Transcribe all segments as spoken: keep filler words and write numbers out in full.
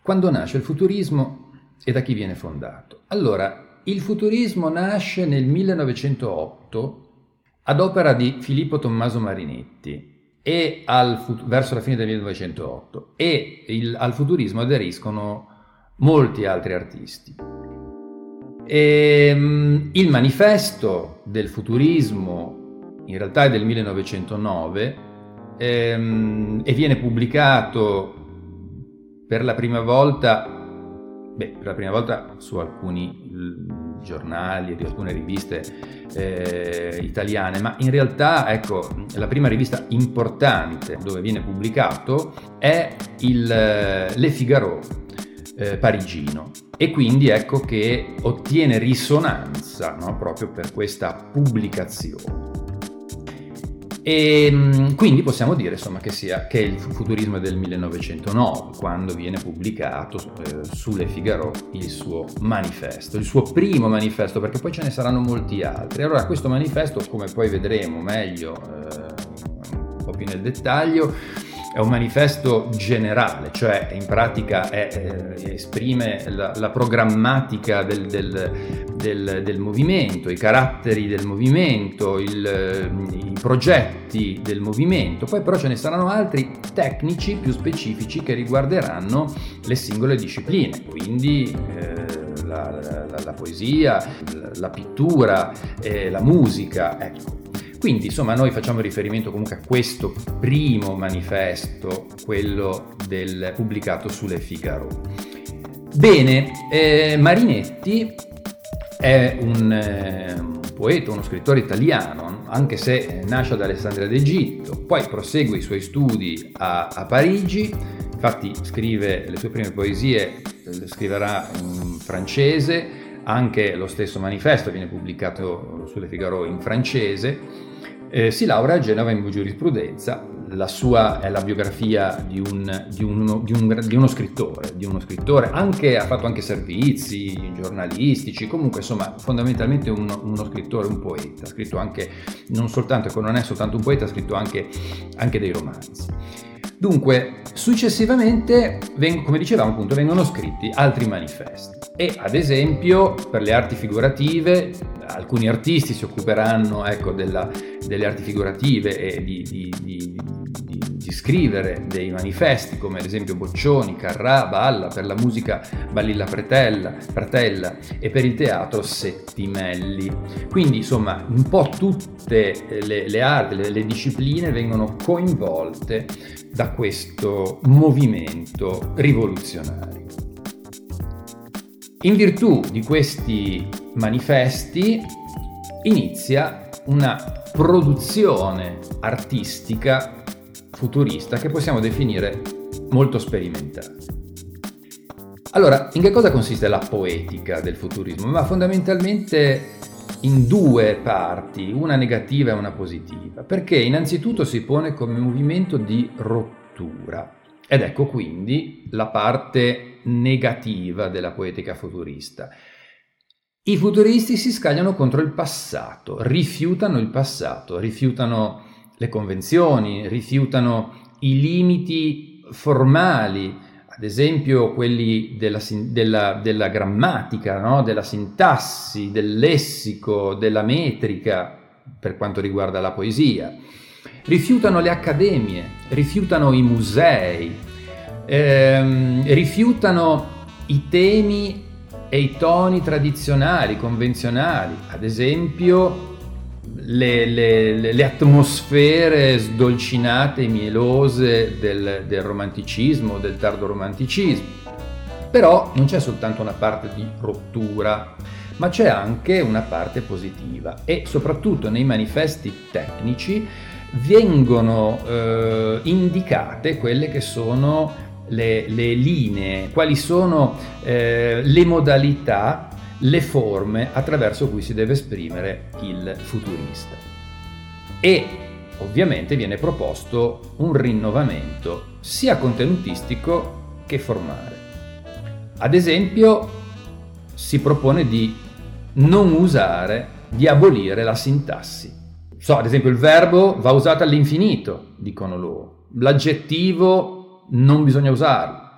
quando nasce il futurismo e da chi viene fondato? Allora, il futurismo nasce nel millenovecentootto ad opera di Filippo Tommaso Marinetti e al, verso la fine del millenovecentootto, e il, al futurismo aderiscono molti altri artisti. E, um, il manifesto del futurismo in realtà è del millenovecentonove ehm, e viene pubblicato per la prima volta, beh, per la prima volta su alcuni l, giornali e di alcune riviste eh, italiane, ma in realtà, ecco, la prima rivista importante dove viene pubblicato è il Le Figaro eh, parigino, e quindi ecco che ottiene risonanza, no, proprio per questa pubblicazione. E quindi possiamo dire, insomma, che sia che il futurismo è del millenovecentonove, quando viene pubblicato eh, su Le Figaro il suo manifesto, il suo primo manifesto, perché poi ce ne saranno molti altri. Allora, questo manifesto, come poi vedremo meglio eh, un po' più nel dettaglio, è un manifesto generale, cioè in pratica è, eh, esprime la, la programmatica del, del, del, del movimento, i caratteri del movimento, il, i progetti del movimento. Poi però ce ne saranno altri tecnici più specifici che riguarderanno le singole discipline, quindi eh, la, la, la poesia, la, la pittura, eh, la musica, ecco. Quindi, insomma, noi facciamo riferimento comunque a questo primo manifesto, quello del, pubblicato su Le Figaro. Bene, eh, Marinetti è un, eh, un poeta, uno scrittore italiano, anche se nasce ad Alessandria d'Egitto, poi prosegue i suoi studi a, a Parigi. Infatti scrive le sue prime poesie, le scriverà in francese, anche lo stesso manifesto viene pubblicato su Le Figaro in francese. Eh, si laurea a Genova in giurisprudenza. La sua è la biografia di, un, di, uno, di, un, di uno scrittore, di uno scrittore, anche, ha fatto anche servizi giornalistici, comunque insomma fondamentalmente uno, uno scrittore, un poeta. Ha scritto anche, non soltanto, non è soltanto un poeta, ha scritto anche, anche dei romanzi. Dunque, successivamente, come dicevamo appunto, vengono scritti altri manifesti e, ad esempio, per le arti figurative, alcuni artisti si occuperanno, ecco, della, delle arti figurative e di, di, di, di, di scrivere dei manifesti, come ad esempio Boccioni, Carrà, Balla, per la musica Balilla Pratella, Pratella e per il teatro Settimelli. Quindi, insomma, un po' tutte le, le arti, le, le discipline vengono coinvolte da questo movimento rivoluzionario. In virtù di questi manifesti inizia una produzione artistica futurista che possiamo definire molto sperimentale. Allora, in che cosa consiste la poetica del futurismo? Ma fondamentalmente in due parti, una negativa e una positiva, perché innanzitutto si pone come movimento di rottura, ed ecco quindi la parte negativa della poetica futurista. I futuristi si scagliano contro il passato, rifiutano il passato, rifiutano le convenzioni, rifiutano i limiti formali, ad esempio quelli della, della, della grammatica, no? Della sintassi, del lessico, della metrica per quanto riguarda la poesia. Rifiutano le accademie, rifiutano i musei, ehm, rifiutano i temi e i toni tradizionali, convenzionali, ad esempio le, le, le atmosfere sdolcinate e mielose del, del romanticismo, del tardo romanticismo. Però non c'è soltanto una parte di rottura, ma c'è anche una parte positiva, e soprattutto nei manifesti tecnici vengono eh, indicate quelle che sono le, le linee, quali sono eh, le modalità, le forme attraverso cui si deve esprimere il futurista. E ovviamente viene proposto un rinnovamento sia contenutistico che formale. Ad esempio, si propone di non usare, di abolire la sintassi. So, ad esempio, il verbo va usato all'infinito, dicono loro. L'aggettivo non bisogna usarlo.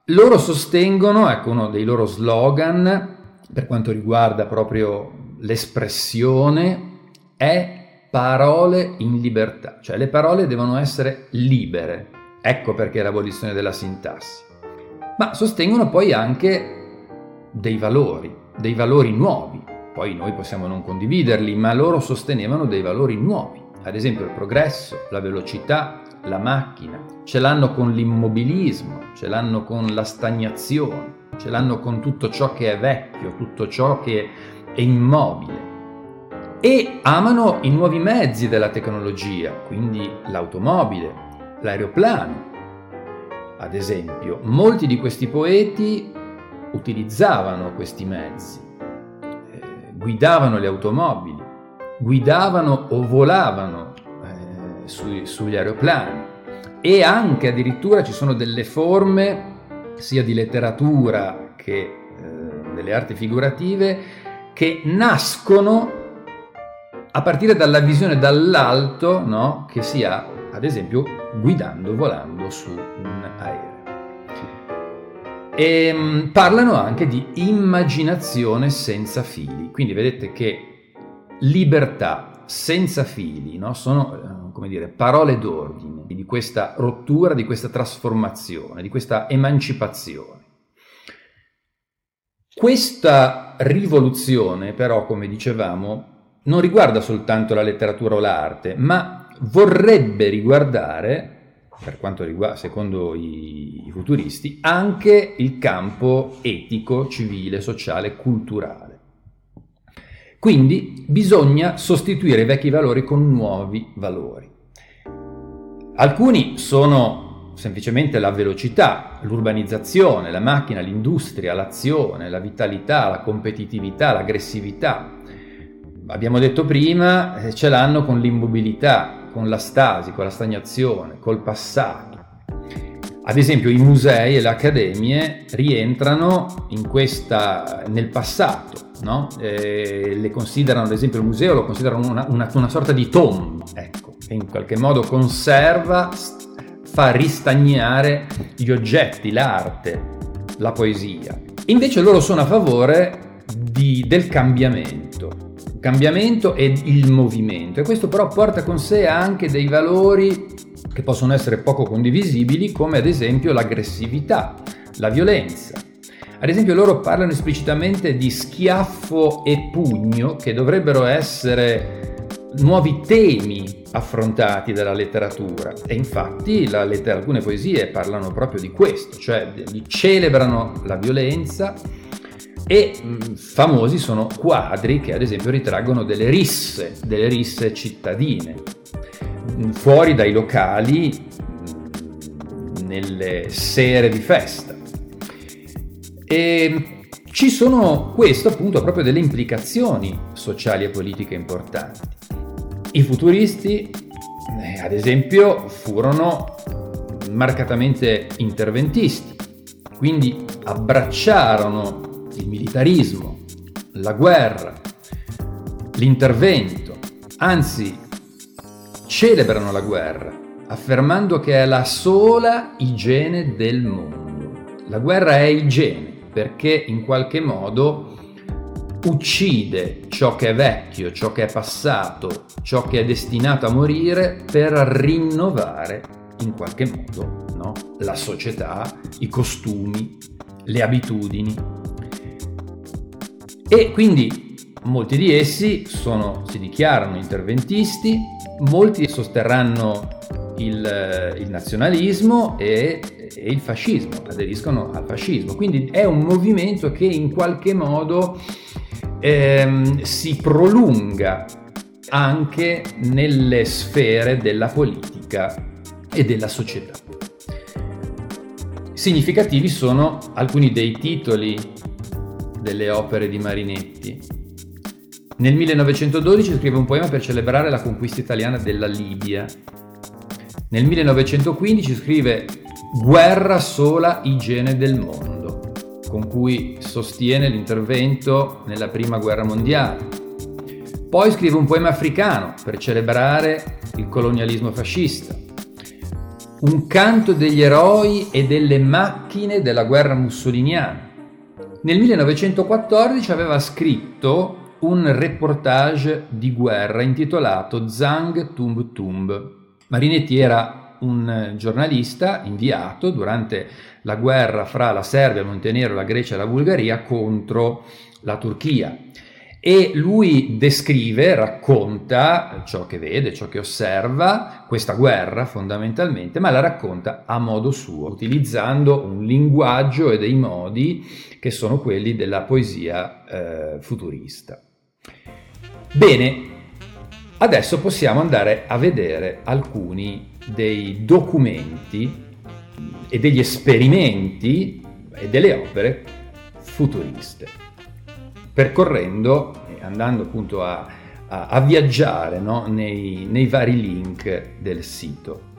Loro sostengono, ecco, uno dei loro slogan per quanto riguarda proprio l'espressione è parole in libertà, cioè le parole devono essere libere, ecco perché l'abolizione della sintassi. Ma sostengono poi anche dei valori, dei valori nuovi, poi noi possiamo non condividerli, ma loro sostenevano dei valori nuovi, ad esempio il progresso, la velocità, la macchina, ce l'hanno con l'immobilismo, ce l'hanno con la stagnazione, ce l'hanno con tutto ciò che è vecchio, tutto ciò che è immobile. E amano i nuovi mezzi della tecnologia, quindi l'automobile, l'aeroplano. Ad esempio, molti di questi poeti utilizzavano questi mezzi, eh, guidavano le automobili, guidavano o volavano eh, sui, sugli aeroplani, e anche addirittura ci sono delle forme sia di letteratura che eh, delle arti figurative che nascono a partire dalla visione dall'alto, no? Che si ha, ad esempio, guidando, volando su un aereo. E um, parlano anche di immaginazione senza fili. Quindi vedete che libertà senza fili, no? Sono, come dire, parole d'ordine di questa rottura, di questa trasformazione, di questa emancipazione. Questa rivoluzione, però, come dicevamo, non riguarda soltanto la letteratura o l'arte, ma vorrebbe riguardare, per quanto riguarda, secondo i, i futuristi, anche il campo etico, civile, sociale, culturale. Quindi bisogna sostituire i vecchi valori con nuovi valori. Alcuni sono semplicemente la velocità, l'urbanizzazione, la macchina, l'industria, l'azione, la vitalità, la competitività, l'aggressività. Abbiamo detto prima, ce l'hanno con l'immobilità, con la stasi, con la stagnazione, col passato. Ad esempio i musei e le accademie rientrano in questa, nel passato, no? Eh, le considerano, ad esempio il museo lo considerano una, una, una sorta di tomba, ecco, che in qualche modo conserva, fa ristagnare gli oggetti, l'arte, la poesia. Invece loro sono a favore di, del cambiamento. cambiamento e il movimento, e questo però porta con sé anche dei valori che possono essere poco condivisibili, come ad esempio l'aggressività, la violenza. Ad esempio loro parlano esplicitamente di schiaffo e pugno, che dovrebbero essere nuovi temi affrontati dalla letteratura, e infatti la lettera, alcune poesie parlano proprio di questo, cioè celebrano la violenza. E mh, famosi sono quadri che ad esempio ritraggono delle risse, delle risse cittadine, mh, fuori dai locali, mh, nelle sere di festa. E ci sono questo appunto proprio delle implicazioni sociali e politiche importanti. I futuristi, eh, ad esempio, furono marcatamente interventisti, quindi abbracciarono il militarismo, la guerra, l'intervento, anzi celebrano la guerra, affermando che è la sola igiene del mondo. La guerra è igiene perché in qualche modo uccide ciò che è vecchio, ciò che è passato, ciò che è destinato a morire, per rinnovare in qualche modo, no? La società, i costumi, le abitudini. E quindi molti di essi sono, si dichiarano interventisti, molti sosterranno il, il nazionalismo e, e il fascismo, aderiscono al fascismo. Quindi è un movimento che in qualche modo ehm, si prolunga anche nelle sfere della politica e della società. Significativi sono alcuni dei titoli delle opere di Marinetti. Nel millenovecentododici scrive un poema per celebrare la conquista italiana della Libia. Nel millenovecentoquindici scrive Guerra sola igiene del mondo, con cui sostiene l'intervento nella prima guerra mondiale. Poi scrive un poema africano per celebrare il colonialismo fascista. un canto degli eroi e delle macchine della guerra mussoliniana. Nel millenovecentoquattordici aveva scritto un reportage di guerra intitolato Zang Tumb Tumb. Marinetti era un giornalista inviato durante la guerra fra la Serbia, il Montenegro, la Grecia e la Bulgaria contro la Turchia. E lui descrive, racconta ciò che vede, ciò che osserva, questa guerra fondamentalmente, ma la racconta a modo suo, utilizzando un linguaggio e dei modi che sono quelli della poesia eh, futurista. Bene, adesso possiamo andare a vedere alcuni dei documenti e degli esperimenti e delle opere futuriste, percorrendo e andando appunto a, a, a viaggiare, no? nei, nei vari link del sito.